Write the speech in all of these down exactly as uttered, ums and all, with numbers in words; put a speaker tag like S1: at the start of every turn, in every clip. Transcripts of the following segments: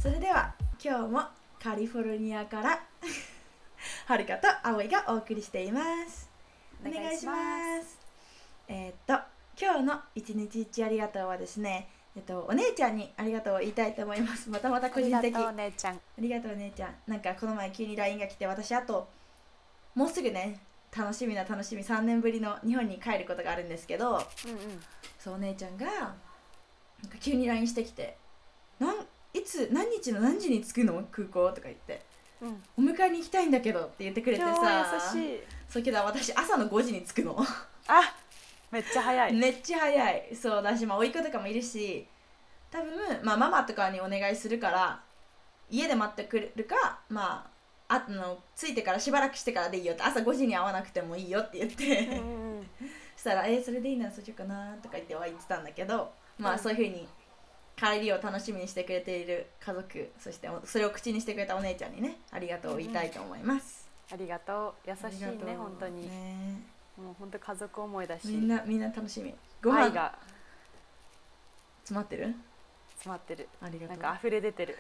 S1: それでは今日もカリフォルニアからはるかとあおいがお送りしています。お願いします。えー、っと今日の一日一ありがとうはですね、えっとお姉ちゃんにありがとうを言いたいと思います。またまた個人的。
S2: ありがとうお姉ちゃん。
S1: ありがとうお姉ちゃん。なんかこの前急に ライン が来て、私あともうすぐね、楽しみな楽しみさんねんぶりの日本に帰ることがあるんですけど、
S2: うんうん、
S1: そうお姉ちゃんがなんか急に ライン してきて、なんいつ何日の何時に着くの空港とか言って、
S2: うん、
S1: お迎えに行きたいんだけどって言ってくれてさ、
S2: 超優しい。
S1: そうけど私朝のごじに着くの
S2: あ、めっちゃ早い。
S1: めっちゃ早い。そうだし、まあ甥っ子とかもいるし、多分、まあ、ママとかにお願いするから家で待ってくれるか、まああの着いてからしばらくしてからでいいよって、朝ごじに会わなくてもいいよって言って
S2: うんうん、
S1: そしたら、えー、それでいいならそうしようかなとか言っては言ってたんだけど、まあ、
S2: うん、
S1: そういう風に帰りを楽しみにしてくれている家族、そしてそれを口にしてくれたお姉ちゃんにね、ありがとうを言いたいと思います、
S2: うん、ありがとう。優しいね、本当に。
S1: ね、
S2: もう本当家族思いだし、
S1: みんなみんな楽しみ。ご飯
S2: 愛が
S1: 詰まってる？
S2: 詰まってる。
S1: ありがとう。
S2: なんか溢れ出てる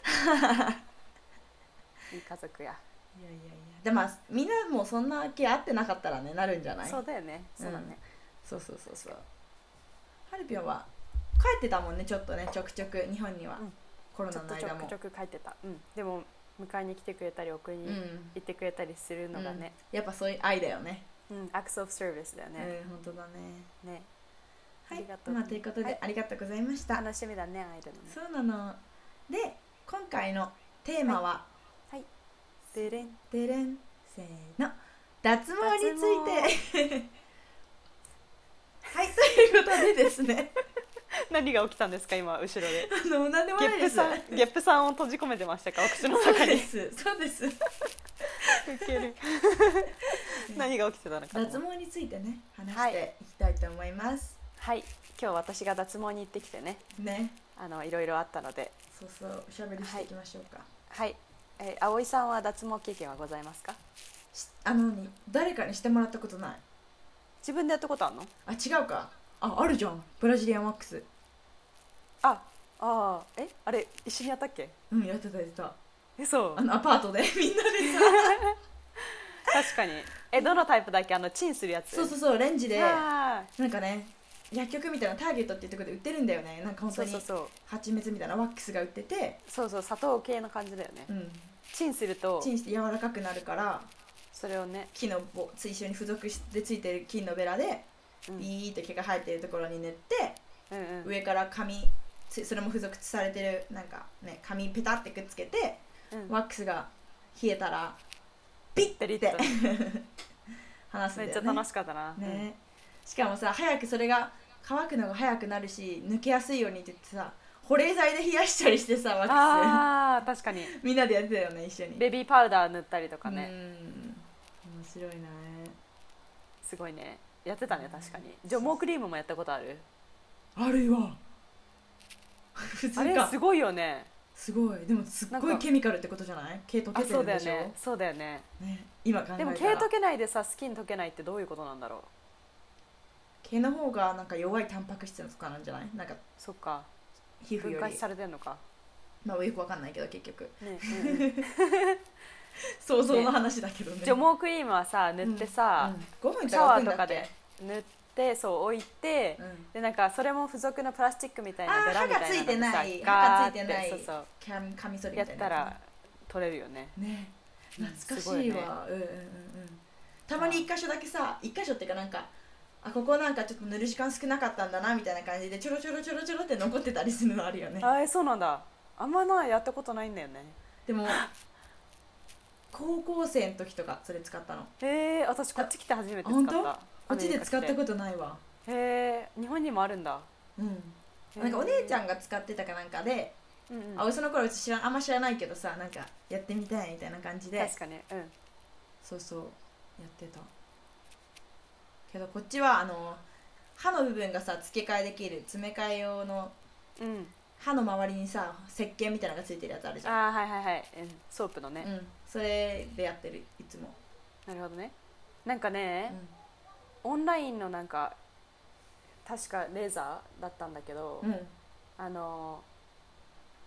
S2: いい家族や。
S1: いやいやいや、でもみんなもうそんな気合ってなかったらね、なるんじゃない？
S2: そうだよね、そうだね、
S1: うん、そうそうそうそう。はるぴょんは帰ってたもんね、ちょっとね、ちょくちょく日本には、うん、コロナの間も
S2: ちょっとちょくちょく帰ってた、うん、でも迎えに来てくれたり送りに行ってくれたりするのがね、
S1: うん、やっぱそういう愛だよね。
S2: うん、アクトオブサービスだよね。
S1: うん、本当だね。
S2: ね、
S1: はい、
S2: ありがとう。
S1: まあ、ということで、はい、ありがとうございました。
S2: 楽しみだね、会えるのね。
S1: そうなので、今回のテーマは、
S2: はい、はい、でれん
S1: でれん、せーの、脱毛についてはい、ということでですね
S2: 何が起きたんですか今後ろで。
S1: あの何でもないです。
S2: ゲップさん、ゲップさんを閉じ込めてましたか、お口の中に。
S1: そうですそうですウ
S2: ケる何が起きてたのか。
S1: 脱毛についてね、話していきたいと思います。
S2: はい、はい、今日私が脱毛に行ってきてね、
S1: ね、
S2: あのいろいろあったので、
S1: そうそう、おしゃべりしていきましょうか。
S2: はい、はい、えー、葵さんは脱毛経験はございますか？
S1: あの誰かにしてもらったことない。
S2: 自分でやったことあるの？
S1: あ、違うか。あ、あるじゃん、ブラジリアンワックス。
S2: ああ、え、あれ一緒にやったっけ？
S1: うん、やってたやってた。
S2: え、そう、
S1: あのアパートでみんなで
S2: さ確かに。え、どのタイプだっけ？あのチンするやつ？
S1: そうそうそう、レンジでなんかね、薬局みたいなターゲットっていうところで売ってるんだよね。なんか本当に蜂蜜みたいなワックスが売ってて、
S2: そうそう、砂糖系の感じだよね、うん、チンすると
S1: チンして柔らかくなるから、そ
S2: れをね、
S1: 木の棒一緒に付属してついてる金のベラでビーって毛が生えてるところに塗って、うんうん、上から紙、それも付属されてるなんかね、紙ペタってくっつけて、うん、ワックスが冷えたらピッて離すんだよね。
S2: めっちゃ楽しかったな、
S1: ね、うん、しかもさ、早くそれが乾くのが早くなるし、抜けやすいようにって言ってさ、保冷剤で冷やしたりしてさ、ワックス。
S2: あー、確かに
S1: みんなでやってたよね、一緒に。
S2: ベビーパウダー塗ったりとかね。うん、
S1: 面白いね。
S2: すごいね、やってたね。確かに除毛クリームもやったことある？
S1: あるわ普通か。
S2: あれすごいよね。
S1: すごい。でもすっごいケミカルってことじゃない？毛溶けてるんでしょ。
S2: そうだよね、そうだよね。
S1: ね、今考えたら。
S2: でも毛溶けないでさ、スキン溶けないってどういうことなんだろう。
S1: 毛の方がなんか弱いタンパク質とかなんじゃない？なんか
S2: そっか、
S1: 皮膚より
S2: 分解されてんのか。
S1: まあよくわかんないけど結局、ね、うんうん、
S2: 想
S1: 像の話だけどね。
S2: 除毛クリームはさ塗ってさ、うんうん、シャワーとかで塗ってそう置いて、うん、でなんかそれも付属のプラスチックみたいなベラみたいなのがさ、
S1: 歯がついてない歯がついてない
S2: そうそう
S1: カミソリみたいな
S2: やったら取れるよね。
S1: ね、懐かしいわ、うんうんうんうん。たまに一箇所だけさ、一箇所っていうかなんか、あ、ここなんかちょっと塗る時間少なかったんだなみたいな感じでちょろちょろちょろちょろって残ってたりするのあるよね。
S2: あ、そうなんだ。あんまない、やったことないんだよね。
S1: でも高校生の時とかそれ使ったの。
S2: へえ、私こっち来て初めて使った。本当？
S1: こっちで使ったことないわ。
S2: へえ、日本にもあるんだ。
S1: うん。なんかお姉ちゃんが使ってたかなんかで、うんうん、あ、その頃知らあんま知らないけどさ、なんかやってみたいみたいな感じで。
S2: 確かに、うん。
S1: そうそうやってた。けどこっちはあの歯の部分がさ付け替えできる詰め替え用の、うん、歯の周りにさ石鹸みたいなのがついてるやつあるじゃん。
S2: あ、はいはいはい、うん、ソープのね、
S1: うん、それでやってるいつも。
S2: なるほどね。なんかね、うん、オンラインのなんか確かレーザーだったんだけど、うん、あの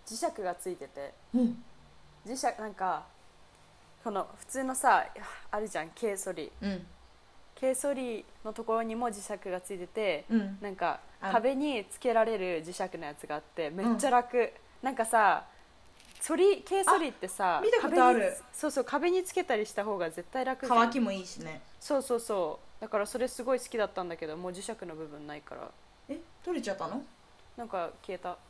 S2: 磁石がついてて、
S1: うん、
S2: 磁石なんかこの普通のさあるじゃんケイソリ、
S1: うん、
S2: ケイソリのところにも磁石がついてて、
S1: うん、
S2: なんか壁につけられる磁石のやつがあってめっちゃ楽、うん、なんかさソリケイソリってさ
S1: 見たことある。
S2: そうそう壁につけたりした方が絶対楽じゃん。
S1: 乾きもいいしね。
S2: そうそうそうだからそれすごい好きだったんだけどもう磁石の部分ないから。
S1: え取れちゃったの？
S2: なんか消えた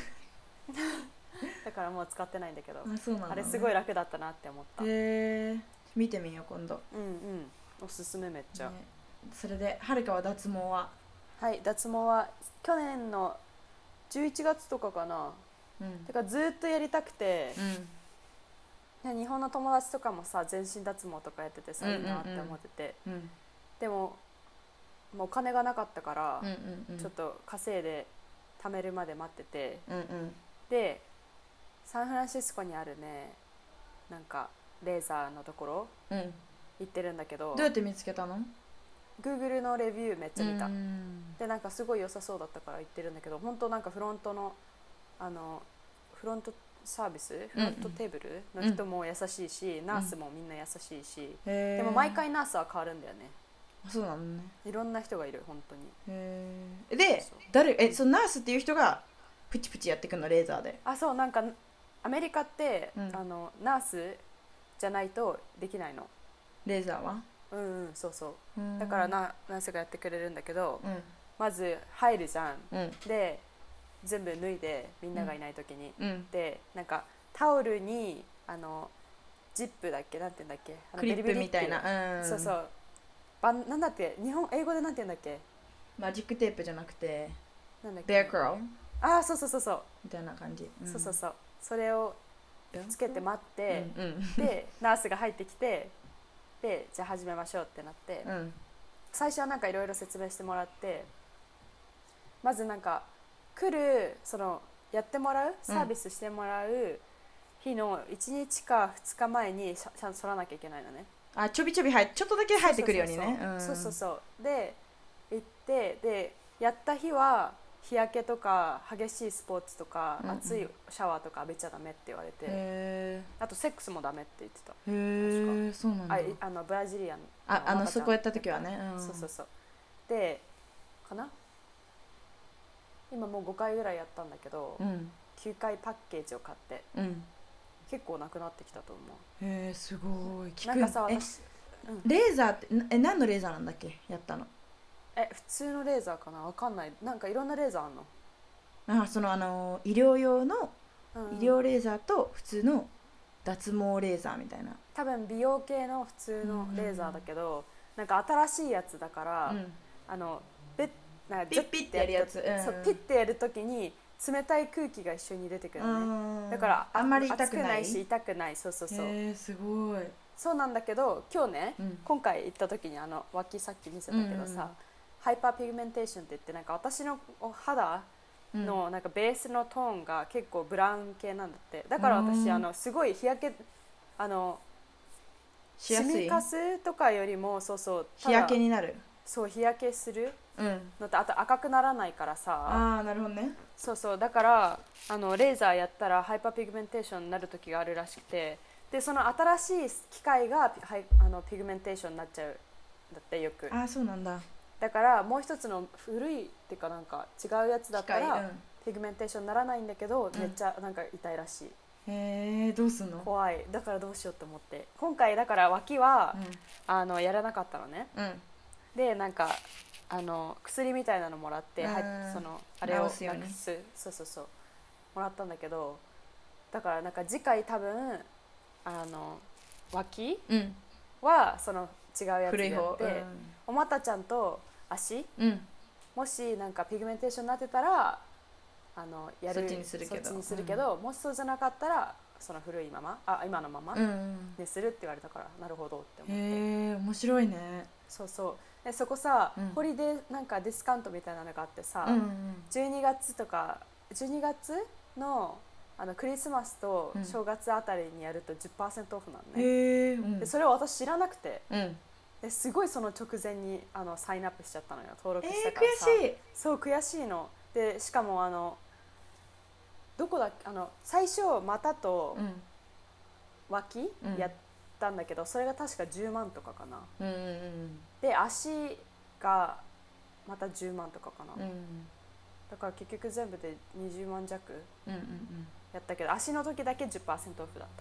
S2: だからもう使ってないんだけど。
S1: あ、そうなんだね、
S2: あれすごい楽だったなって思った。
S1: へえ、見てみよう今度。
S2: うんうん、おすすめめっちゃ、ね、
S1: それではるかは脱毛は？
S2: はい、脱毛は去年のじゅういちがつとかかな、うん、だからずっとやりたくて、うん、日本の友達とかもさ全身脱毛とかやっててさ、いいなって思ってて、うん、でももうお金がなかったから、うんうんうん、ちょっと稼いで貯めるまで待ってて、うんうん、でサンフランシスコにあるねなんかレーザーのところ、うん、行ってるんだけど。
S1: どうやって見つけたの
S2: ？Google のレビューめっちゃ見た。でなんかすごい良さそうだったから行ってるんだけど、本当なんかフロントのあのフロントサービス、フロントテーブルの人も優しいし、うん、ナースもみんな優しいし、うん、でも毎回ナースは変わるんだよね。
S1: そうなのね。
S2: いろんな人がいる本当に。
S1: へー。で誰えそのナースっていう人がプチプチやってくのレーザーで？
S2: あ、そう、なんかアメリカって、うん、あのナースじゃないとできないの。
S1: レーザーは？
S2: うんうん、そうそう、だからナースがやってくれるんだけど、うん、まず入るじゃん、うん、で全部脱いでみんながいない時に、うん、でなんかタオルにあのジップだっけなんて言うんだっけ、
S1: クリップみたいな、
S2: うん、そうそうばなんだって日本英語でなんて言うんだっけ、
S1: マジックテープじゃなくて
S2: なんだっけ、
S1: ベアクロー、
S2: ああそうそうそうそう
S1: みたいな感じ、
S2: うん、そうそうそう、それをつけて待って、うんうん、でナースが入ってきてでじゃあ始めましょうってなって、うん、最初はなんかいろいろ説明してもらって、まずなんか来るそのやってもらうサービスしてもらう日のいちにちかふつかまえにちゃんと剃らなきゃいけないのね。
S1: あ、ちょびちょび入ちょっとだけ入ってくるようにね。
S2: そうそうそうで行ってでやった日は日焼けとか激しいスポーツとか、うんうん、熱いシャワーとか浴びちゃダメって言われて、へあとセックスもダメって言ってた。
S1: へえ、そうなんだ。
S2: ああのブラジリアン
S1: ああのそこやった時はね、
S2: うん、そうそうそうでかな今もうごかいぐらいやったんだけど、うん、きゅうかいパッケージを買って、うん、結構なくなってきたと思う。
S1: へえ、すごい。
S2: なんかさ私、
S1: うん、レーザーってえ何のレーザーなんだっけやったの？
S2: え普通のレーザーかな、わかんない、なんかいろんなレーザーあんの。
S1: あそのあの医療用の、うん、医療レーザーと普通の脱毛レーザーみたいな。
S2: 多分美容系の普通のレーザーだけど、うん、なんか新しいやつだから、うん、あのベなんか
S1: ピッピッてやるやつ、うん、
S2: そうピッてやるときに冷たい空気が一緒に出てくるね。だから
S1: あんまり痛くない、
S2: 熱くないし痛くない。そうそうそう。
S1: へー、すごい。
S2: そうなんだけど今日ね、うん、今回行った時にあの脇さっき見せたけどさ、うんうん、ハイパーピグメンテーションって言ってなんか私のお肌のなんかベースのトーンが結構ブラウン系なんだって。だから私、うん、あのすごい日焼けあの
S1: しやすい
S2: シミカスとかよりもそうそう
S1: 日焼けになる。
S2: そう日焼けするのと、あと赤くならないからさ。
S1: ああなるほどね。
S2: そうそうだからあのレーザーやったらハイパーピグメンテーションになる時があるらしくて、でその新しい機械がハイあのピグメンテーションになっちゃうんだってよく。
S1: ああそうなんだ。
S2: だからもう一つの古いっていうかなんか違うやつだったら、うん、ピグメンテーションにならないんだけど、うん、めっちゃなんか痛いらしい。
S1: へえ、どうすんの？
S2: 怖い。だからどうしようと思って今回だから脇は、うん、あのやらなかったのね、うん、でなんかあの薬みたいなのもらって、うん、そのあれをなくす、そうそうそうもらったんだけど、だからなんか次回多分あの脇、うん、はその違うやつでやって、うん、おまたちゃんと足、うん、もしなんかピグメンテーションになってたらあのやる
S1: そっちにするけど、
S2: そっちにするけど、うん、もしそうじゃなかったらその古いままあ今のままにするって言われたから、なるほどって思って。
S1: へえ面白いね。
S2: そうそうでそこさ、うん、ホリデーなんかディスカウントみたいなのがあってさ、うんうん、じゅうにがつとかじゅうにがつのあのクリスマスと正月あたりにやると じゅっパーセント オフなのね、へー、うん、でそれを私知らなくて、うん、ですごいその直前にあのサインアップしちゃったのよ、登録したからさ、
S1: えー、悔しい。
S2: そう悔しいので、しかもあのどこだっけ、あの最初股と脇、
S1: うん、
S2: やったんだけど、それが確かじゅうまんとかかな、
S1: うんうんうん、
S2: で足がまたじゅうまんとかかな、
S1: うん、
S2: だから結局全部でにじゅうまん弱
S1: うんうんうん、
S2: やったけど、足の時だけ じゅっパーセント オフだった。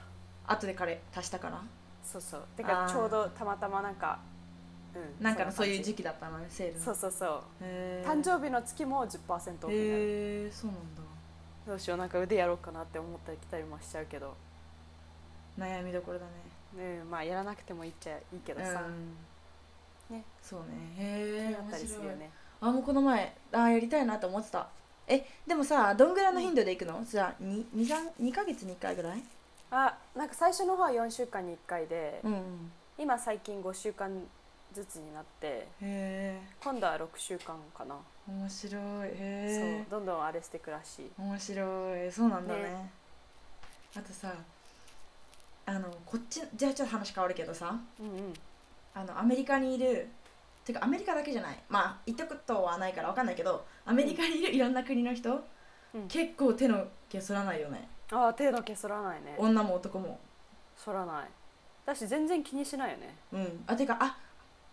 S1: 後で彼足したから。
S2: そうそう、てかちょうどたまたまなんか、
S1: うん、なんかそういう時期だったのね、セールの。
S2: そうそうそう、誕生日の月も じゅっパーセント オフになる。
S1: へえ、そうなんだ。
S2: どうしよう、なんか腕やろうかなって思ったりきたりもしちゃうけど、
S1: 悩みどころだ
S2: ね。うん、まあやらなくてもいいっちゃいいけどさ、
S1: うん、ね、そうね。
S2: へえ、気になったりするよね。
S1: あ、もうこの前あやりたいなと思ってた。え、でもさ、どんぐらいの頻度で行くの？うん、じゃあに、に、さん、にかげつにいっかいぐらい？
S2: あ、なんか最初の方はよんしゅうかんにいっかいで、
S1: うんうん、
S2: 今最近ごしゅうかんずつになって、へ今度はろくしゅうかんかな。
S1: 面白い。へ
S2: そう、どんどんあれしてくらしい。
S1: 面白い。そうなんだね。ね、あとさ、あのこっちじゃあちょっと話変わるけどさ、うんうん、あのアメリカにいる、てかアメリカだけじゃない、まあ行ったことはないから分かんないけど、アメリカにいるいろんな国の人、うん、結構手の毛剃らないよね。
S2: ああ、手の毛剃らないね。
S1: 女も男も
S2: 剃らない。だし全然気にしないよね。
S1: うん、あ、てか、あ、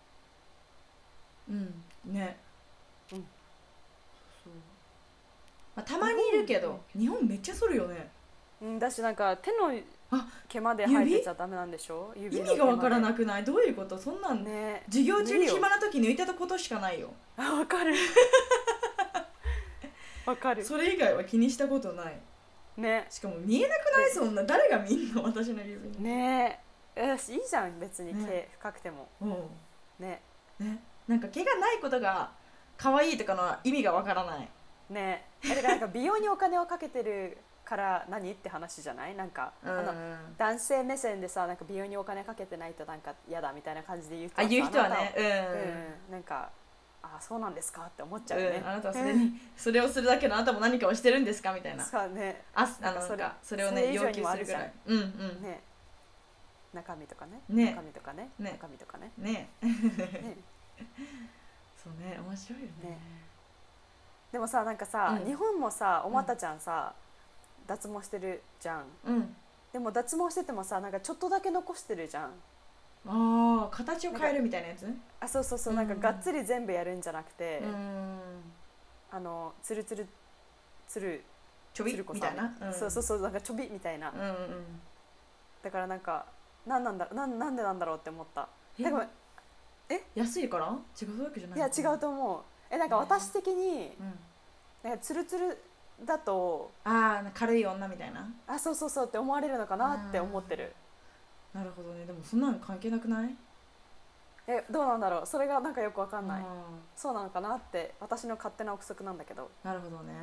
S1: うんね、うん、そう、まあ、たまにいるけど、うん、日本めっちゃ剃るよね。
S2: うん、だしなんか手の毛まで生えてちゃダメなんでしょ。指
S1: 意味がわからなくない？どういうこと？そんなんね、授業中に暇な時抜いてたことしかないよ。
S2: あ、わかるわかる。
S1: それ以外は気にしたことないね。しかも見えなくない？そんな誰が見んの？私の指に
S2: ねえ、よし、いいじゃん別に毛深くても、うん、
S1: ねね、なんか毛がないことが可愛いとかの意味がわからない
S2: ね。え、だからなんか美容にお金をかけてるから何って話じゃない？なんか、うん、あの男性目線でさ、なんか美容にお金かけてないとなんか嫌だみたいな感じで言う人はさ、
S1: あ、言う人はね、
S2: うん、うん、なんか、あ、そうなんですかって思っちゃうね、
S1: うん、あなたはそれにそれをするだけのあなたも何かをしてるんですかみたいな。
S2: そうね、
S1: あ、あのそれそれをね要求するぐらい、うんうん
S2: ね、中身とかね、
S1: ね、
S2: 中身とかね、ね、中身とかね、
S1: ねねそうね、面白いよね。ね、
S2: でもさ、なんかさ、うん、日本もさ、おまたちゃんさ、うん、脱毛してるじゃん、うん、でも脱毛しててもさ、なんかちょっとだけ残してるじゃん。
S1: ああ、形を変えるみたいなやつ？
S2: あ、そうそうそう、うん、なんかがっつり全部やるんじゃなくて、うん、あのつるつるつる
S1: ちょびみたいな、
S2: うん、そうそうそう、なんかちょびみたいな、うんうんうん、だからなんかなんなんだな、なんでなんだろうって思った。
S1: え、でもえ安いから違うわけじゃない？
S2: いや違うと思う。え、なんか私的に、うん、なんかつるつるだと、
S1: ああ、軽い女みたいな、
S2: あ、そうそうそうって思われるのかなって思ってる。
S1: なるほどね。でもそんなの関係なくない？
S2: え、どうなんだろう、それがなんかよくわかんない。そうなのかなって私の勝手な憶測なんだけど。
S1: なるほどね。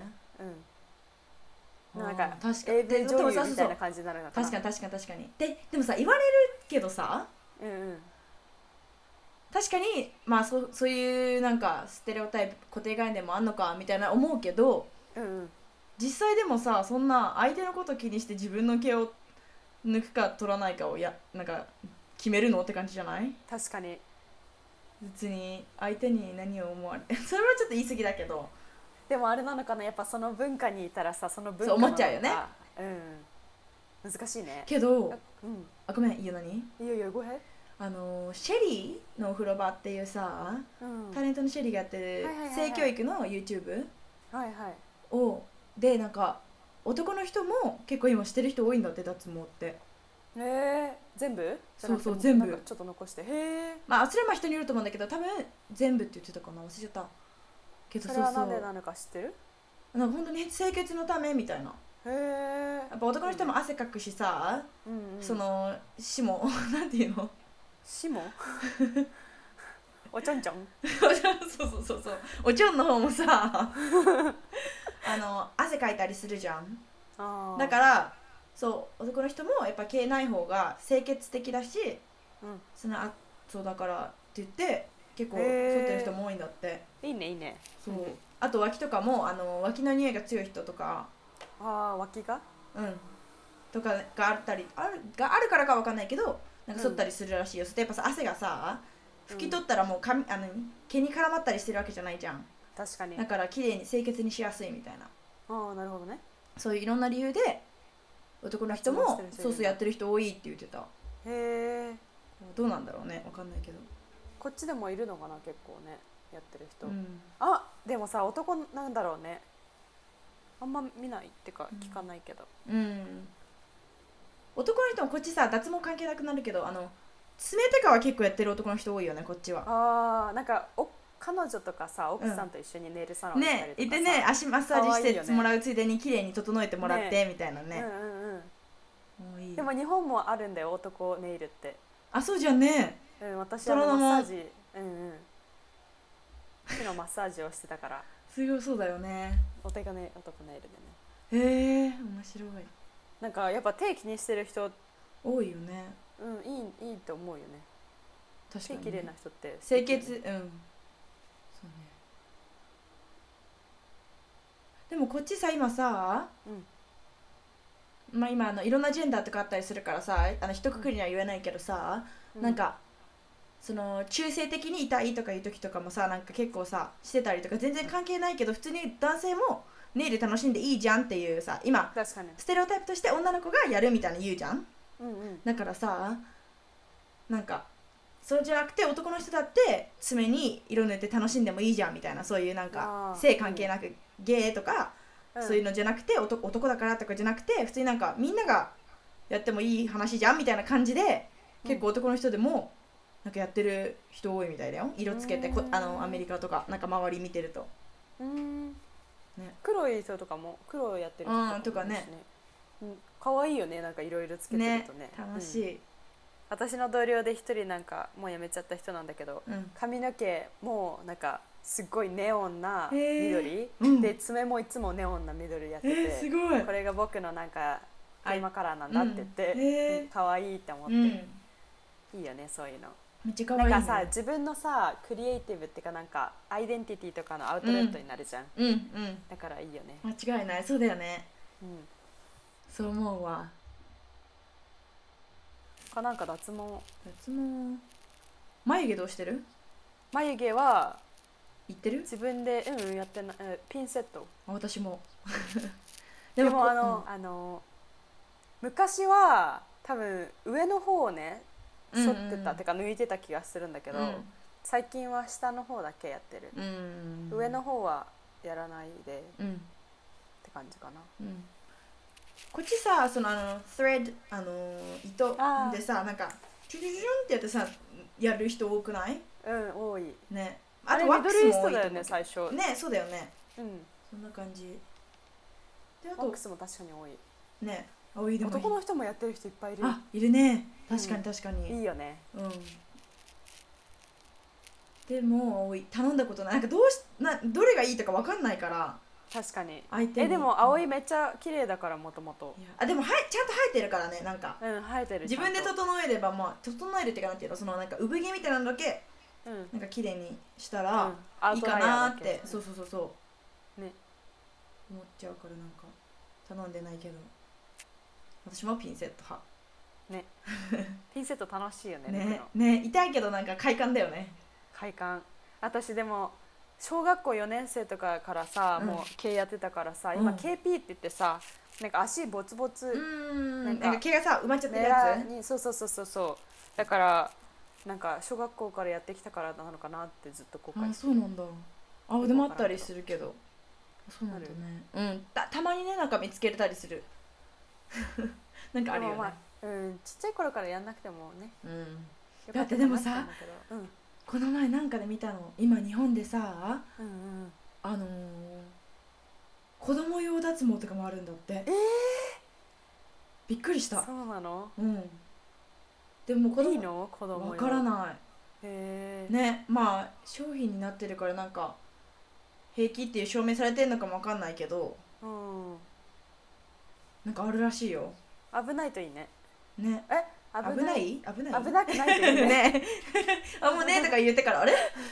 S2: うん、なんか エーブイ 女優みたいな感じになるのかな。
S1: 確かに確かに確かに。で、でもさ、言われるけどさ、うんうん、確かにまあ そ, そういうなんかステレオタイプ、固定概念もあんのかみたいな思うけど、うんうん、実際でもさ、そんな相手のこと気にして自分の毛を抜くか取らないかをやなんか決めるのって感じじゃない？
S2: 確かに。
S1: 別に相手に何を思われそれはちょっと言い過ぎだけど、
S2: でもあれなのかな、やっぱその文化にいたらさ、その文化
S1: そう思っちゃうよね。
S2: うん、難しいね。
S1: けど、うん、あ、ごめん、いいよ。何？い
S2: いよいいよ、ごめん。
S1: あのシェリーのお風呂場っていうさ、うん、タレントのシェリーがやってる性教育の YouTube をで、なんか男の人も結構今してる人多いんだって、脱毛って。
S2: へえ、全部？
S1: そうそう、全部。
S2: なんかちょっと残して。へえ。
S1: まあそれはまあ人によると思うんだけど、多分全部って言ってたかな、忘れちゃったけど。
S2: それはなんでなのか知ってる？
S1: なんか本当に清潔のためみたいな。へえ。やっぱ男の人も汗かくしさ、うんうん、そのしもなんていうの？
S2: しも？おちょんちょん？
S1: そうそうそうそう。おちょんの方もさ、あの汗かいたりするじゃん。あ、だからそう男の人もやっぱ毛ない方が清潔的だし、うん、そのあそうだからって言って結構剃ってる人も多いんだって。
S2: いいねいいね。
S1: そう、うん、あと脇とかもあの脇の匂いが強い人とか、
S2: あ、脇が、
S1: うん、とかがあったりあるがあるからかわかんないけど、なんか剃ったりするらしいよ。うん、そしてやっぱさ、汗がさ拭き取ったらもう髪、あの毛に絡まったりしてるわけじゃないじゃん。
S2: 確かに。
S1: だから綺麗に清潔にしやすいみたいな。
S2: ああ、なるほどね。
S1: そういういろんな理由で男の人もそうそうやってる人多いって言ってた。
S2: へえ。
S1: どうなんだろうね、わかんないけど。
S2: こっちでもいるのかな結構ねやってる人、
S1: うん、
S2: あでもさ男なんだろうね、あんま見ないってか聞かないけど、
S1: うん、うん、男の人もこっちさ脱毛関係なくなるけどあの爪とかは結構やってる男の人多いよねこっちは。
S2: あーなんかお彼女とかさ奥さんと一緒にネイルサロン行ったりとかさ、
S1: ね、いてね足マッサージしてもらうついでに綺麗に整えてもらって、ね、みたいなね、
S2: うんうんうん、いい。でも日本もあるんだよ男ネイルって。
S1: あ、そうじゃんね。
S2: うん、私はマッサージ、うんうん手のマッサージをしてたから
S1: すごいそうだよね。
S2: お手紙男ネイルで
S1: ね。へえ面白い。
S2: なんかやっぱ手気にしてる人
S1: 多いよね。
S2: うんいいいいと思うよね。確かに、ね、手綺麗な人って
S1: 清潔、うんそうね。でもこっちさ今さ、うん、まあ今あのいろんなジェンダーとかあったりするからさあの一括りには言えないけどさ、うん、なんかその中性的に痛いとかいう時とかもさなんか結構さしてたりとか全然関係ないけど普通に男性もネイル楽しんでいいじゃんっていうさ今ステレオタイプとして女の子がやるみたいな言うじゃん、うんうん、だからさなんかそうじゃなくて男の人だって爪に色塗って楽しんでもいいじゃんみたいなそういうなんか性関係なく、うん、ゲーとか、うん、そういうのじゃなくて 男, 男だからとかじゃなくて普通になんかみんながやってもいい話じゃんみたいな感じで結構男の人でもなんかやってる人多いみたいだよ。色つけてこあのアメリカとかなんか周り見てるとうーん、
S2: ね、黒い人とかも黒やってる人とかも、ね、
S1: とかね、
S2: うん、かわいいよねなんかいろいろつけてると ね,
S1: ね楽しい、
S2: うん、私の同僚で一人なんかもう辞めちゃった人なんだけど、うん、髪の毛もなんかすっごいネオンな緑、うん、で爪もいつもネオンな緑やってて、
S1: すごい
S2: これが僕のなんかテーマカラーなんだって言って、うん、かわいいって思って、うん、いいよねそういうの。
S1: めっちゃ可愛いね。
S2: なんかさ自分のさクリエイティブっていうかなんかアイデンティティとかのアウトレットになるじゃん、
S1: うんうんうん、
S2: だからいいよね。
S1: 間違いないそうだよね、うん、そう思うわ。
S2: かなんか脱毛
S1: 脱毛眉毛どうしてる？
S2: 眉毛は
S1: 言ってる？
S2: 自分でうんやってないピンセット。
S1: あ私も
S2: でも, でもあの、うん、あの昔は多分上の方をね剃ってた、うんうん、てか抜いてた気がするんだけど、うん、最近は下の方だけやってる、うんうん、上の方はやらないで、うん、って感じかな、うん、
S1: こっちさそのあのスレッドあの糸でさなんかチュチュチュンってやってさやる人多くない？
S2: うん多い
S1: ね。
S2: あとワックスも多いと思う。最初
S1: ねそうだよね、うん、そんな感じ
S2: であとワックスも確かに多い
S1: ね。多いでもいい
S2: 男の人もやってる人いっぱいいる。
S1: あいるね確かに確かに、
S2: うん、いいよね。うん
S1: でも多い頼んだことないなんかどうしなどれがいいとか分かんないから
S2: 確かにえでも葵めっちゃ綺麗だからもともと
S1: あでもはちゃんと生えてるからねなんか
S2: うん生えてる
S1: 自分で整えればまあ整えるっていうかなんていうのそのなんか産毛みたいなのだけ、うん、なんか綺麗にしたらいいかなって、うん、そうそうそうそうね思っちゃうからなんか頼んでないけど私もピンセット派
S2: ねピンセット楽しいよね
S1: ねね痛いけどなんか快感だよね。
S2: 快感。私でも小学校よねん生とかからさ、うん、もう毛やってたからさ、今 ケーピー って言ってさなんか足ボツボツ
S1: うんなんか毛がさ埋まっちゃってるやつ
S2: にそうそうそうそうそうだからなんか小学校からやってきたからなのかなってずっと後悔してる。
S1: あそうなんだ。あでもあったりするけどそうなんだね。うんたたまにねなんか見つけれたりするなんかあるよね、まあ、
S2: うんちっちゃい頃からやんなくてもね、うん、
S1: だってでもさ、うん、この前なんかで見たの今日本でさ、うんうん、あのー、子供用脱毛とかもあるんだって。えー、びっくりした。
S2: そうなの？
S1: うんでも子供
S2: いいの？子供用
S1: わからない。へーねまあ商品になってるからなんか平気っていう証明されてるのかもわかんないけど、うん、なんかあるらしいよ。
S2: 危ないといいね。
S1: ねえ危ない危ない
S2: 危なくないといいね。ね
S1: あもうねとか言ってからあれ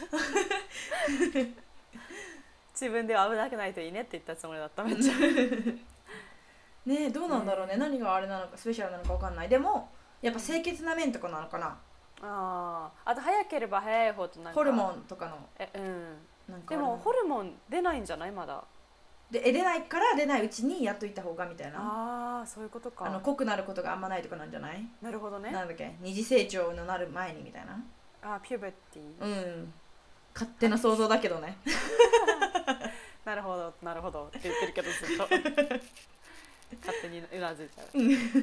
S2: 自分では危なくないといいねって言ったつもりだっためっちゃ
S1: ねどうなんだろうね、ね何があれなのかスペシャルなのかわかんない。でもやっぱ清潔な面とかなのかな。
S2: ああと早ければ早い方となんか
S1: ホルモンとかの
S2: えうんなんかでもホルモン出ないんじゃないまだ。
S1: で出ないから出ないうちにやっといた方がみたいな。
S2: ああそういうことか。
S1: あの濃くなることがあんまないとかなんじゃない？
S2: なるほどね。
S1: なんだっけ、二次成長のなる前にみたいな。
S2: あーピューベティ。
S1: うん勝手な想像だけどね
S2: なるほどなるほどって言ってるけどずっと勝手にうなずいちゃう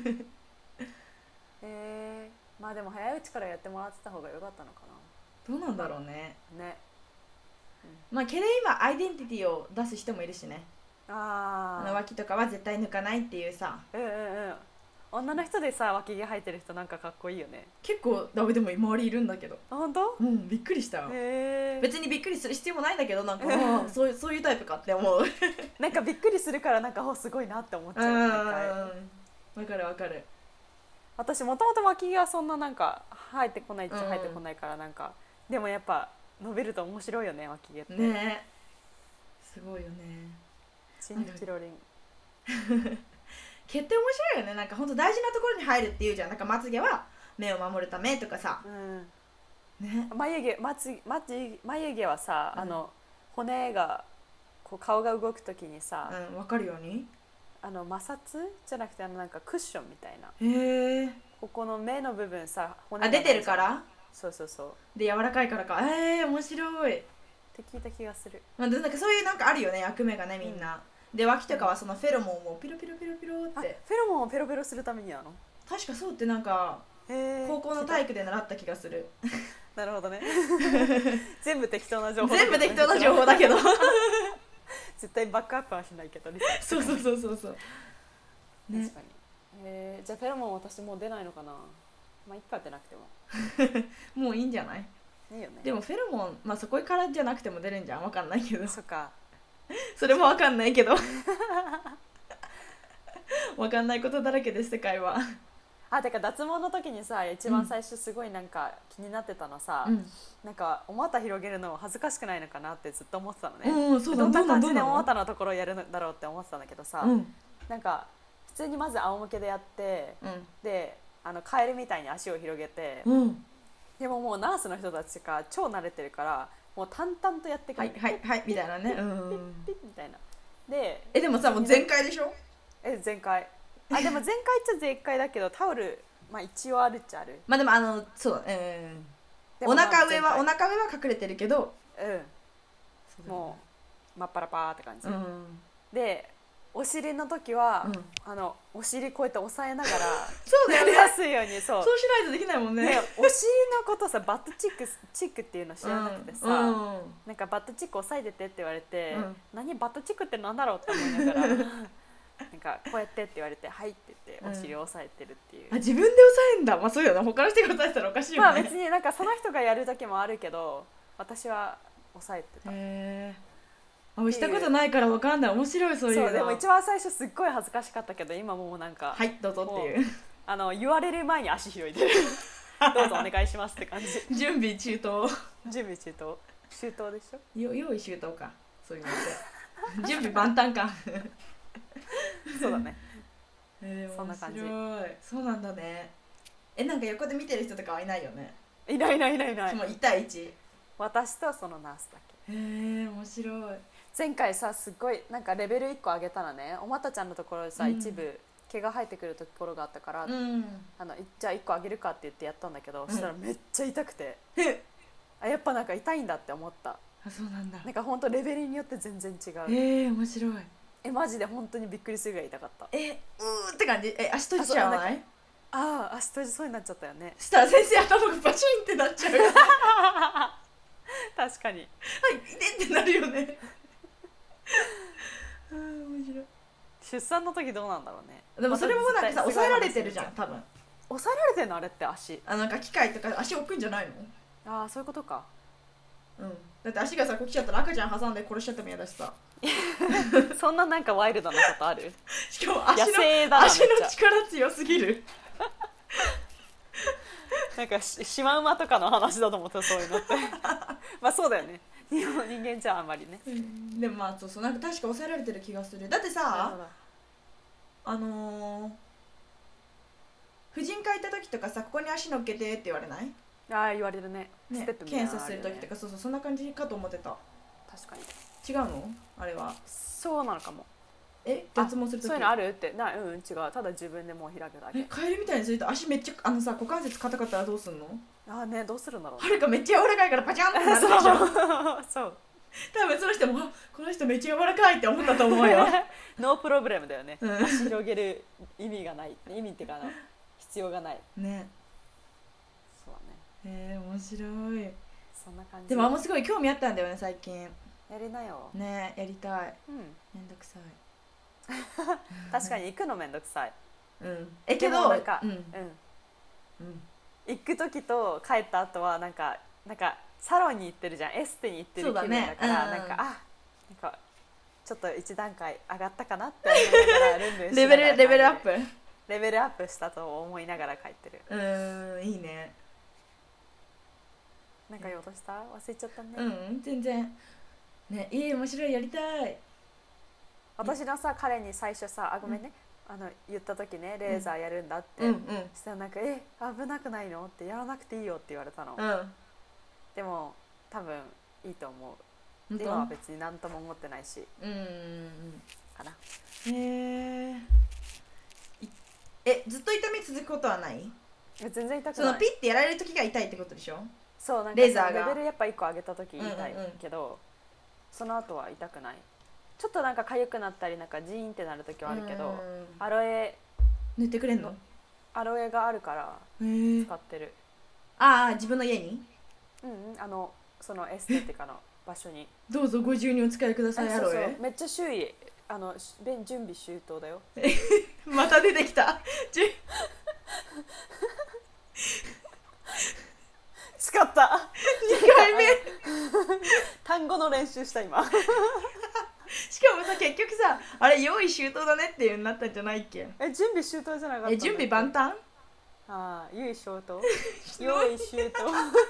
S2: えー、まあでも早いうちからやってもらってた方が良かったのか
S1: な。どうなんだろうね。
S2: ね、
S1: うん、まあけど今アイデンティティを出す人もいるしね。
S2: あ
S1: あの脇とかは絶対抜かないっていうさ。
S2: うんうんうん女の人でさ脇毛生えてる人なんかかっこいいよね。
S1: 結構ダメでも周りいるんだけど。
S2: あ本当？
S1: うんびっくりしたよ。へ別にびっくりする必要もないんだけどなんかそういうそういうタイプかって思う
S2: なんかびっくりするからなんかおすごいなって思っちゃう。うん
S1: わかるわかる。
S2: 私もともと脇毛はそんななんか生えてこないっちゃ生えてこないからなんか、うん、でもやっぱ伸びると面白いよね脇毛って
S1: ね。すごいよね。
S2: チンチロリン
S1: 毛って面白いよね。なんかほんと大事なところに入るっていうじゃん。なんかまつげは目を守るためとかさ、うんね、
S2: 眉毛まつ眉眉毛はさ、うん、あの骨がこう顔が動くときにさ、
S1: うん、分かるように
S2: あの摩擦じゃなくてあのなんかクッションみたいな。
S1: へえ。
S2: ここの目の部分さ
S1: 骨が出てるから。
S2: そうそうそう
S1: で柔らかいからか。えー、面白い
S2: って聞いた気がする。
S1: まあ、なんかそういうなんかあるよね役目がねみんな、うん、で脇とかはそのフェロモンをピロピロピロピロって。
S2: フェロモンをペロペロするためにやの？
S1: 確かそうってなんか高校の体育で習った気がする
S2: なるほどね全部適当な情報
S1: 全部適当な情報だけど
S2: 絶対バックアップはしないけど
S1: そうそうそうそうそう、
S2: ね、確かに、えー、じゃあフェロモン私もう出ないのかな。まあいっかってなくて
S1: ももういいんじゃない？
S2: いいよね。
S1: でもフェロモン、まあそこからじゃなくても出るんじゃん。わかんないけど。
S2: そっか
S1: それもわかんないけどわかんないことだらけです世界は。
S2: あてか脱毛の時にさ一番最初すごいなんか気になってたのさ、うん、なんかお股広げるの恥ずかしくないのかなってずっと思ってたのね、うん、そうだどんな感じでお股のところをやるんだろうって思ってたんだけどさ、うん、なんか普通にまず仰向けでやって、うん、であのカエルみたいに足を広げて、うん、でももうナースの人たちが超慣れてるからもう淡々とやってくる、
S1: はいはいはいみたいなね、うん、
S2: みたいなで
S1: えでもさもう全開でしょ？
S2: え全開あでも全開っちゃ全開だけどタオルまあ一応あるっちゃある。
S1: まあでもあのそううんお腹上はお腹上は隠れてるけど
S2: うんもうまっぱらパーって感じ、うん、でお尻の時は、うん、あのお尻こうやって押さえながら
S1: そうだよね
S2: やりやすいようにそう
S1: そうしないとできないもんね。
S2: でお尻のことさバットチックチックっていうの知らなくてさ、うんうん、なんかバットチック押さえててって言われて、うん、何バットチックってなんだろうって思いながらなんかこうやってって言われてはいって言ってお尻を押さえてるっていう、
S1: うん、あ自分で押さえんだ。まあそうよな他の人が押さえてたらおかしいよね。
S2: まあ別になんかその人がやる時もあるけど私は押さえてた。へ
S1: ーあしたことないから分かんない。面白いそういうの。
S2: そうでも一番最初すっごい恥ずかしかったけど今もうなんか
S1: はいどうぞっていう
S2: あの言われる前に足広いでどうぞお願いしますって感じ。
S1: 準備中等
S2: 準備中等周到でしょ。
S1: よ用意周到かそういうのって準備万端か
S2: そうだね、
S1: えー、そんな感じ。そうなんだね。えなんか横で見てる人とかはいないよね。
S2: いないいないいないいない。
S1: もういち対いち
S2: 私とそのナースだけ。
S1: へえ面白い。
S2: 前回さすっごいなんかレベルいっこ上げたらねおまたちゃんのところでさ、うん、一部毛が生えてくるところがあったから、うん、あのじゃあいっこ上げるかって言ってやったんだけど、うん、そしたらめっちゃ痛くてあやっぱなんか痛いんだって思った。
S1: あそうなんだ。
S2: なんかほんとレベルによって全然違う。
S1: えー面白い。
S2: えマジで本当にびっくりするぐらい痛かった。
S1: えうーって感じ。え足閉じちゃわない？
S2: ああ足閉じそうになっちゃったよね。
S1: したら先生頭がバチンってなっちゃう
S2: 確かに
S1: はい痛ってなるよねあ面白い。
S2: 出産の時どうなんだろうね。
S1: でもそれもなんかさ抑えられてるじゃん多分。
S2: 抑えられてんのあれって足
S1: あなんか機械とか足置くんじゃない
S2: の？ああそういうことか。
S1: うんだって足がさこう来ちゃったら赤ちゃん挟んで殺しちゃっても嫌だしさ
S2: そんななんかワイルドなことある？
S1: しかも足の足の力強すぎる
S2: なんかシマウマとかの話だと思ったそういうのってまあそうだよね人間じゃあんまりね、
S1: うん、でもまあそうそうなんか確か抑えられてる気がする。だってさあのー、婦人科行った時とかさここに足乗っけてって言われない？
S2: ああ言われるね。
S1: ねステップみたいな、ね、検査する時とかそうそうそんな感じかと思ってた。
S2: 確かに
S1: 違うのあれは。
S2: そうなのかも。
S1: え脱毛するとき
S2: そういうのあるってな、うん違う、ただ自分でもう開くだけ。
S1: えカエルみたいにすると足めっちゃあのさ股関節硬かったらどうすんの？
S2: あねどうするんだろう、
S1: はるかめっちゃ柔らかいからパチャンってなるでしょ
S2: そう
S1: 多分その人もこの人めっちゃ柔らかいって思ったと思うよ
S2: ノープロブレムだよね、
S1: うん、
S2: 足広げる意味がない意味っていうかあの必要がない
S1: ね。
S2: そうだね。
S1: えー、面白い。
S2: そんな感じ。
S1: でもあんますごい興味あったんだよね最近。
S2: やりなよ。
S1: ねやりたい。
S2: うん、
S1: めんどくさい
S2: 確かに行くのめんどくさい。
S1: うんえけど
S2: なんか、
S1: うん、
S2: うん、
S1: うん、
S2: 行く時と帰った後はなんかなんかサロンに行ってるじゃん、エステに行ってる気分だから、
S1: ね、うん、
S2: なんかあなんかちょっと一段階上がったかなって思いながらルンルンしながら
S1: レベルレベルアップ
S2: レベルアップしたと思いながら帰ってる。
S1: うーんいいね。
S2: なんか言おうとした忘れちゃったね。
S1: うん全然ねいい面白いやりたい。
S2: 私のさ彼に最初さあごめんね、うん、あの言った時ねレーザーやるんだって、
S1: うんうん、
S2: したらなんかえ危なくないのってやらなくていいよって言われたの、
S1: うん、
S2: でも多分いいと思う。今は別に何とも思ってないし、
S1: うんうん
S2: かな。
S1: へええずっと痛み続くことはない？
S2: 全然痛くない。
S1: そのピッてやられる時が痛いってことでしょ？
S2: そうなんか
S1: レーザーが
S2: レベルやっぱいっこ上げた時痛いけど、うんうんうん、その後は痛くない。ちょっとなんか痒くなったりなんかジーンってなる時はあるけど、うん、アロエ
S1: 塗ってくれんの？
S2: アロエがあるから使ってる。
S1: ああ自分の家に？
S2: うんうんあのそのエステってかの場所に
S1: どうぞご自由にお使いください。アロエ
S2: そうそうめっちゃ周囲あの準備周到だよ
S1: また出てきた
S2: 使った
S1: にかいめ
S2: 単語の練習した今
S1: しかもさ結局さあれ用意周到だねっていうになったんじゃないっけ？
S2: え準備周到じゃなかった？
S1: え準備万端？
S2: ああ用意周到用意周到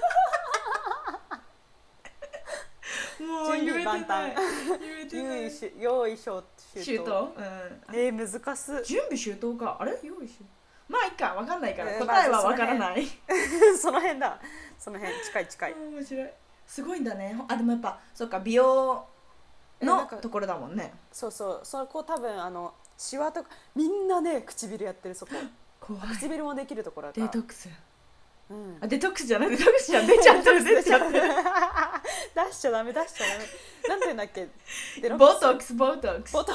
S1: もう言えてない
S2: 用意し用意周
S1: 周到、うん、
S2: えー、難す
S1: 準備周到かあれ用意周到まあいいか分かんないから、えー、答えは分からない、
S2: まあ、その辺だその辺近い近い
S1: 面白いすごいんだね。あでもやっぱそっか美容のところだもんね。
S2: そうそうそこ多分あのシワとかみんなね唇やってるそこ
S1: 怖い
S2: 唇もできるところだから
S1: デトックス、
S2: うん、
S1: あデトックスじゃないデトックスじゃん出ちゃってる出ちゃってる
S2: 出しちゃダメ出しちゃダメなんて言うんだっけ
S1: ボトックスボトックス
S2: ボト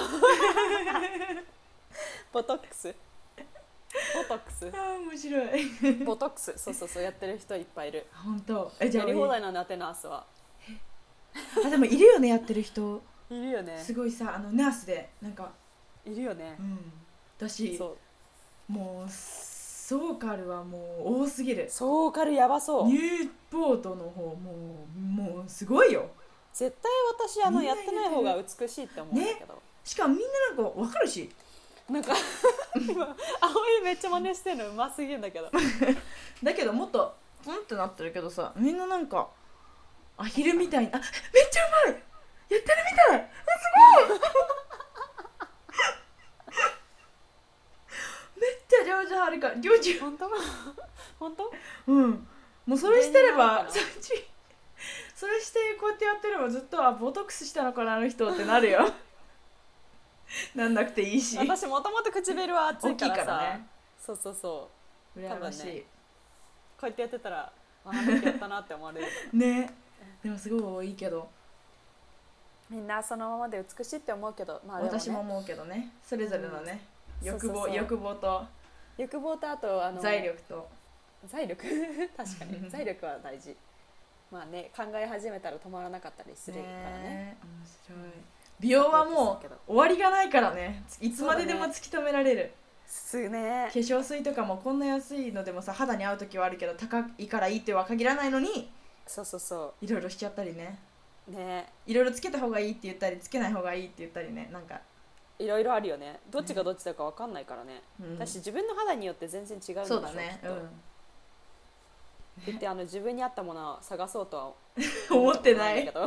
S2: ボトックスボトックス
S1: あ面白い
S2: ボトックスそうそうそうやってる人いっぱいいる。
S1: 本当えじゃあ
S2: やり放題なんだってナースは
S1: あでもいるよねやってる人
S2: いるよね
S1: すごいさあのナースでなんか
S2: いるよね、
S1: うん、だしそうもうソーカルはもう多すぎる。
S2: ソーカルやばそう。
S1: ニューポートの方もうもうすごいよ。
S2: 絶対私あのやってない方が美しいって思うんだけど、
S1: ね、しかもみんななんか分かるし
S2: なんか今葵めっちゃ真似してるのうますぎるんだけど
S1: だけどもっとポンってなってるけどさみんななんかアヒルみたいにあめっちゃうまいやってるみたいすごいめっちゃ上手はるか上手
S2: 本当本当
S1: うんもうそれしてればそれしてこうやってやってればずっとあボトックスしたのかなあの人ってなるよなんなくていいし
S2: 私もともと唇は厚いからさ
S1: からね
S2: そうそうそう
S1: 羨ましい、ね、
S2: こうやってやってたらあの時やったなって思われる
S1: ねでもすごいいいけど
S2: みんなそのままで美しいって思うけど、まあでもね、
S1: 私も思うけどねそれぞれのね、うん、欲望
S2: そうそうそう
S1: 欲望と
S2: 欲望とあとあの
S1: 財力と
S2: 財力確かに財力は大事まあね考え始めたら止まらなかったりするからね
S1: ね面白い美容はもう終わりがないからねいつまででも突き止められる
S2: すね
S1: 化粧水とかもこんな安いのでもさ肌に合う時はあるけど高いからいいっては限らないのに
S2: そうそうそう
S1: いろいろしちゃったりね
S2: ね
S1: いろいろつけた方がいいって言ったりつけない方がいいって言ったりねなんか
S2: いろいろあるよねどっちがどっちだか分かんないからね、うん、私自分の肌によって全然違うんでしょ
S1: そうだねうん
S2: 言ってあの自分に合ったものを探そうとは
S1: 思ってないけど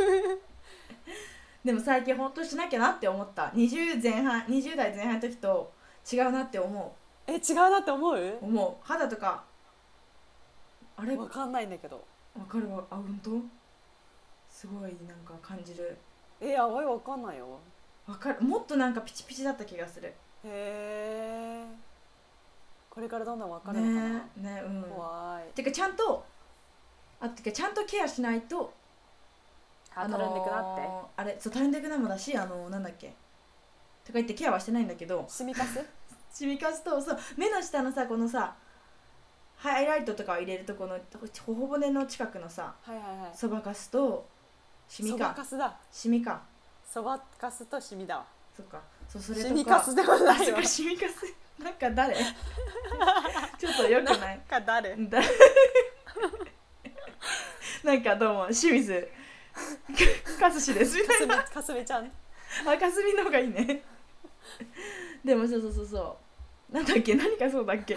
S1: でも最近ほんとしなきゃなって思ったにじゅう前半にじゅう代前半の時と違うなって思
S2: うえ違うなって思う
S1: 思う肌とかあれ
S2: 分かんないんだけど
S1: 分かるわあ本当すごいなんか感じる
S2: えー、青いわかんないよ。
S1: わかる。もっとなんかピチピチだった気がする。へ
S2: え。これからどんどんわかるのかな。ね
S1: ね、うん。
S2: 怖い。
S1: てかちゃんとあてかちゃんとケアしないと
S2: あのー、たるんでくなって
S1: あれそうたるんでくなもだし、あのー、なんだっけとか言ってケアはしてないんだけど、
S2: シミカス
S1: シミカスとそう目の下のさこのさハイライトとかを入れるとこの頬骨の近くのさ、
S2: はいはいはい、
S1: そばかすとシミか。そば
S2: かすだ。
S1: シミか。
S2: そばかすとシミだわ。
S1: そっか。そうそれとか。
S2: シミカスではないわ。
S1: シミカスなんか誰ちょっとよくない。
S2: なんか誰
S1: なんかどうも清水かすしですみたいな。
S2: かすみちゃん。
S1: あ、かすみの方がいいね。でもそうそうそうそう。なんだっけ、何かそうだっけ。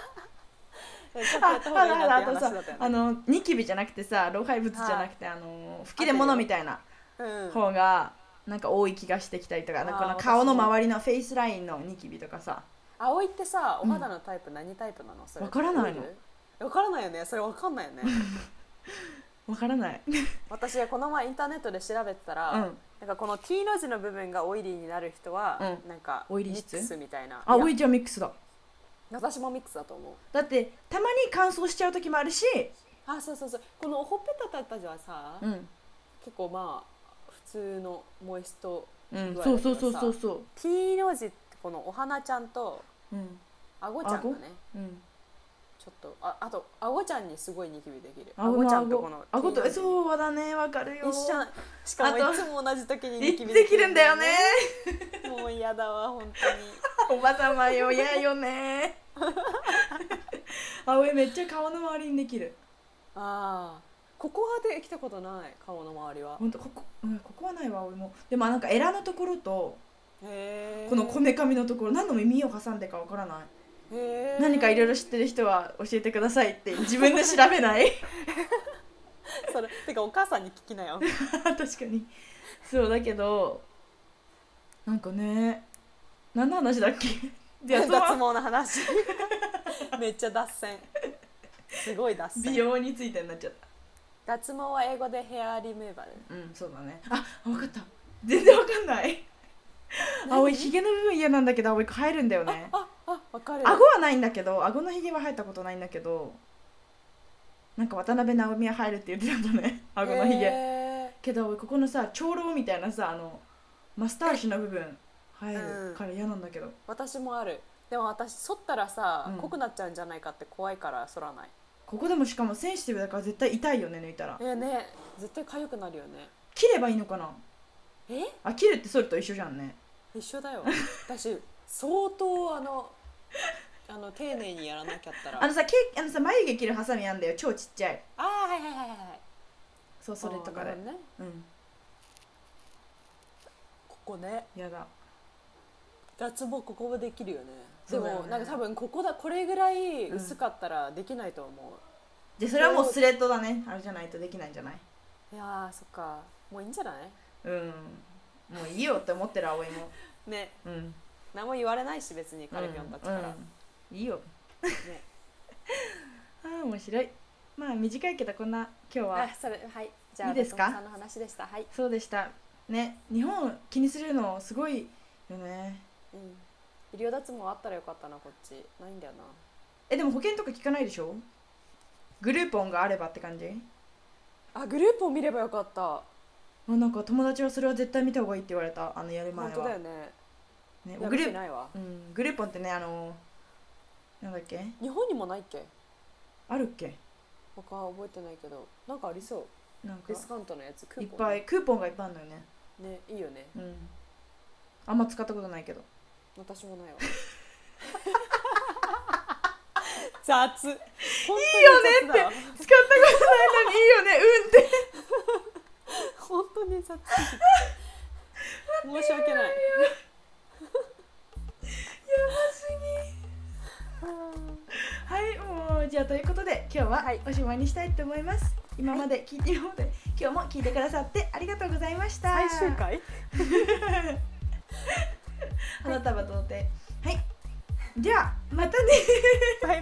S1: あ、あとさ、あのニキビじゃなくてさ、老廃物じゃなくて、あの吹き出物みたいな方がなんか多い気がしてきたりとか、この顔の周りのフェイスラインのニキビとかさ。
S2: 葵ってさ、お肌のタイプ何タイプなの？それ。
S1: わからないの。
S2: わからないよね。それわかんないよね。
S1: わからない。
S2: 私はこの前インターネットで調べてたら、うん、なんかこの T の字の部分がオイリーになる人は、うん、なんかミックスみたいな。
S1: あ、オイリーはミックスだ。
S2: 私もミックスだと思う。
S1: だってたまに乾燥しちゃう時もあるし、
S2: あ、そうそうそう。このほっぺたたたじはさ、うん、結構まあ普通のモイスト具合だけどさ、うん、そうそうそうそう。T の字ってこのお花ちゃんと、うん、顎ちゃんがね。うん、ちょっと あ, あと顎ちゃんにすごいニキビできる。顎ちゃんとこの
S1: 顎とそうだね、わかるよ。
S2: 一緒。しかもいつも同じ時にニキビ
S1: できるんだよね。
S2: もう嫌だわ本当
S1: に。おばさまよ、嫌よね。葵めっちゃ顔の周りにできる。
S2: ああ、ここはできたことない。顔の周りは
S1: 本当ここ、うん、ここはないわ葵も。でもなんかエラのところとこのこめかみのところ、何の耳を挟んでかわからない。へ何かいろいろ知ってる人は教えてくださいって自分で調べない。
S2: それてかお母さんに聞きなよ。
S1: 確かにそうだけど、なんかね、何の話だっけ。
S2: 脱毛の話。めっちゃ脱線。すごい脱線。
S1: 美容についてになっちゃった。
S2: 脱毛は英語でヘアリムーバル。
S1: うん、そうだね。あ、分かった。全然分かんない。葵ひげの部分嫌なんだけど、葵生えるんだよね。
S2: あああ、分かる。
S1: 顎はないんだけど、顎のひげは生えたことないんだけど、なんか渡辺直美は生えるって言ってたんだね、顎のひげ。けどここのさ、長老みたいなさ、あのマスターシュの部分生えるから嫌なんだけど、うん、
S2: 私もある。でも私剃ったらさ、うん、濃くなっちゃうんじゃないかって怖いから剃らない。
S1: ここでもしかもセンシティブだから絶対痛いよね、抜いたら。
S2: えー、ね、絶対痒くなるよね。
S1: 切ればいいのかな。
S2: え、
S1: あ、切るって剃ると一緒じゃんね。
S2: 一緒だよ。私相当あのあの丁寧にやらなきゃったら。
S1: あのさ、あのさ、眉毛切るハサミあんだよ、超ちっちゃい。
S2: ああ、はいはいはいはい。
S1: そう、それとかで、
S2: ね、
S1: うん。
S2: ここね、
S1: やだ。
S2: 脱毛ここもできるよね。でも、ね、なんか多分ここだ、これぐらい薄かったらできないと思う。うん、
S1: じゃあそれはもうスレッドだね。あれじゃないとできないんじゃない。
S2: いやー、そっか、もういいんじゃない。
S1: うん、もういいよって思ってる葵も
S2: ね、
S1: うん、
S2: 何も言われないし別にカレピョンたちから、うん
S1: うん、いいよ、ね、ああ面白い。まあ短いけどこんな今日は
S2: あそれ、はい、じゃあ
S1: いいですか。
S2: さんの話でした。はい、
S1: そうでしたね。日本気にするのすごいよね。
S2: うん、医療脱毛あったらよかったな。こっちないんだよな。
S1: え、でも保険とか聞かないでしょ。グルーポンがあればって感じ。
S2: あ、グルーポン見ればよかった。
S1: なんか友達はそれは絶対見た方がいいって言われた。あのやる前は。
S2: 本当だよね。
S1: ね、グルーないわ、うん、グルーポンってね、あのなんだっけ、
S2: 日本にもないっけ。
S1: あるっけ。
S2: 他は覚えてないけど、なんかありそう。なんかディスカウントのやつ、
S1: クーポンいっぱい、クーポンがいっぱいあるんだよね。
S2: ね、いいよね。
S1: うん。あんま使ったことないけど。
S2: 私もないわ。雑。いいよねって
S1: 使ったことないのにいいよね、うんって。
S2: 本当に雑。申し訳ない。や
S1: ばすぎ。はい、もうじゃあということで今日はおしまいにしたいと思います。はい、今まで聞いて今まで今日も聞いてくださってありがとうございました。
S2: 最終回。
S1: 花束童貞。はい。じゃあまたね。
S2: バイバイ。